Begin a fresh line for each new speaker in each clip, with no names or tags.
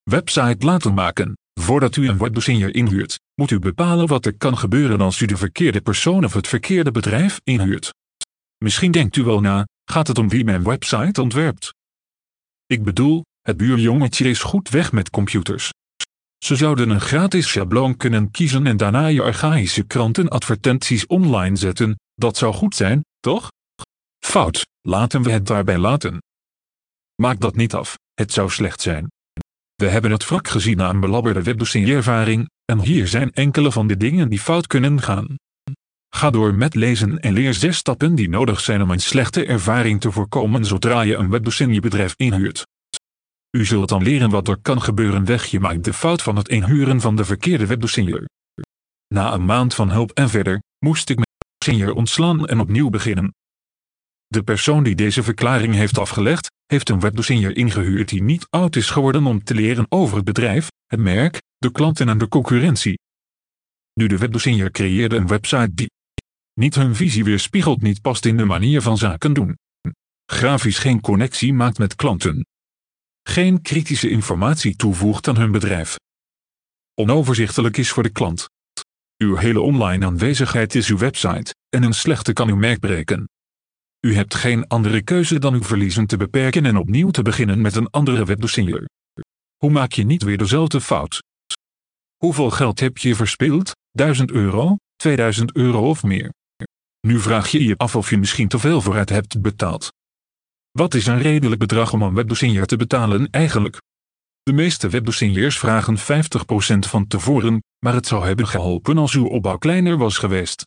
Website laten maken. Voordat u een webdesigner inhuurt, moet u bepalen wat er kan gebeuren als u de verkeerde persoon of het verkeerde bedrijf inhuurt. Misschien denkt u wel na, gaat het om wie mijn website ontwerpt? Ik bedoel, het buurjongetje is goed weg met computers. Ze zouden een gratis schabloon kunnen kiezen en daarna je archaïsche krantenadvertenties online zetten, dat zou goed zijn, toch? Fout, laten we het daarbij laten. Maak dat niet af, het zou slecht zijn. We hebben het wrak gezien na een belabberde webdesignerervaring, en hier zijn enkele van de dingen die fout kunnen gaan. Ga door met lezen en leer 6 stappen die nodig zijn om een slechte ervaring te voorkomen zodra je een webdesignerbedrijf inhuurt. U zult dan leren wat er kan gebeuren. Je maakt de fout van het inhuren van de verkeerde webdesigner. Na een maand van hulp en verder, moest ik mijn webdesigner ontslaan en opnieuw beginnen. De persoon die deze verklaring heeft afgelegd, heeft een webdesigner ingehuurd die niet oud is geworden om te leren over het bedrijf, het merk, de klanten en de concurrentie. Nu de webdesigner creëerde een website die niet hun visie weerspiegelt, niet past in de manier van zaken doen. Grafisch geen connectie maakt met klanten. Geen kritische informatie toevoegt aan hun bedrijf. Onoverzichtelijk is voor de klant. Uw hele online aanwezigheid is uw website, en een slechte kan uw merk breken. U hebt geen andere keuze dan uw verliezen te beperken en opnieuw te beginnen met een andere webdesigner. Hoe maak je niet weer dezelfde fout? Hoeveel geld heb je verspild? 1000 euro, 2000 euro of meer? Nu vraag je je af of je misschien te veel vooruit hebt betaald. Wat is een redelijk bedrag om een webdesigner te betalen eigenlijk? De meeste webdesigners vragen 50% van tevoren, maar het zou hebben geholpen als uw opbouw kleiner was geweest.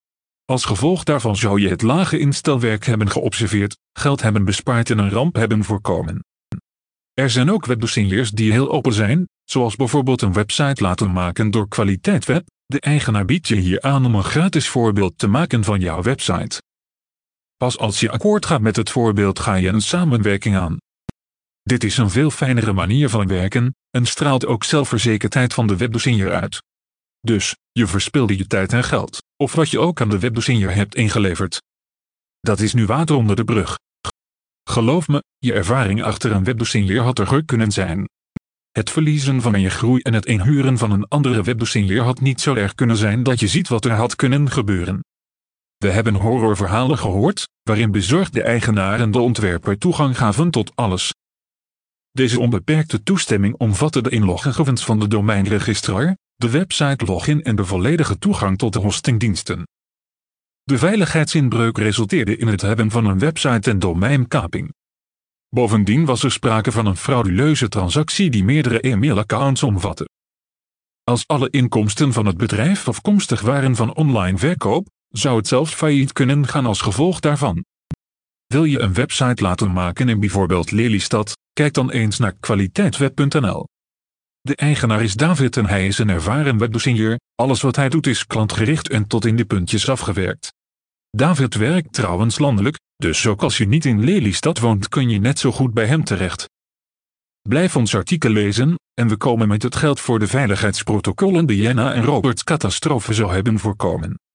Als gevolg daarvan zou je het lage instelwerk hebben geobserveerd, geld hebben bespaard en een ramp hebben voorkomen. Er zijn ook webdesigners die heel open zijn, zoals bijvoorbeeld een website laten maken door Kwaliteit Web. De eigenaar biedt je hier aan om een gratis voorbeeld te maken van jouw website. Pas als je akkoord gaat met het voorbeeld ga je een samenwerking aan. Dit is een veel fijnere manier van werken, en straalt ook zelfverzekerdheid van de webdesigner uit. Dus, je verspilde je tijd en geld, of wat je ook aan de webdesigner hebt ingeleverd. Dat is nu water onder de brug. Geloof me, je ervaring achter een webdesigner had erger kunnen zijn. Het verliezen van je groei en het inhuren van een andere webdesigner had niet zo erg kunnen zijn dat je ziet wat er had kunnen gebeuren. We hebben horrorverhalen gehoord, waarin bezorgde eigenaren de ontwerper toegang gaven tot alles. Deze onbeperkte toestemming omvatte de inloggegevens van de domeinregistrar, de website login en de volledige toegang tot de hostingdiensten. De veiligheidsinbreuk resulteerde in het hebben van een website en domeinkaping. Bovendien was er sprake van een frauduleuze transactie die meerdere e-mailaccounts omvatte. Als alle inkomsten van het bedrijf afkomstig waren van online verkoop, zou het zelfs failliet kunnen gaan als gevolg daarvan. Wil je een website laten maken in bijvoorbeeld Lelystad? Kijk dan eens naar kwaliteitweb.nl. De eigenaar is David en hij is een ervaren webdesigner, alles wat hij doet is klantgericht en tot in de puntjes afgewerkt. David werkt trouwens landelijk, dus ook als je niet in Lelystad woont kun je net zo goed bij hem terecht. Blijf ons artikel lezen, en we komen met het geld voor de veiligheidsprotocollen die Jenna en Roberts catastrofe zou hebben voorkomen.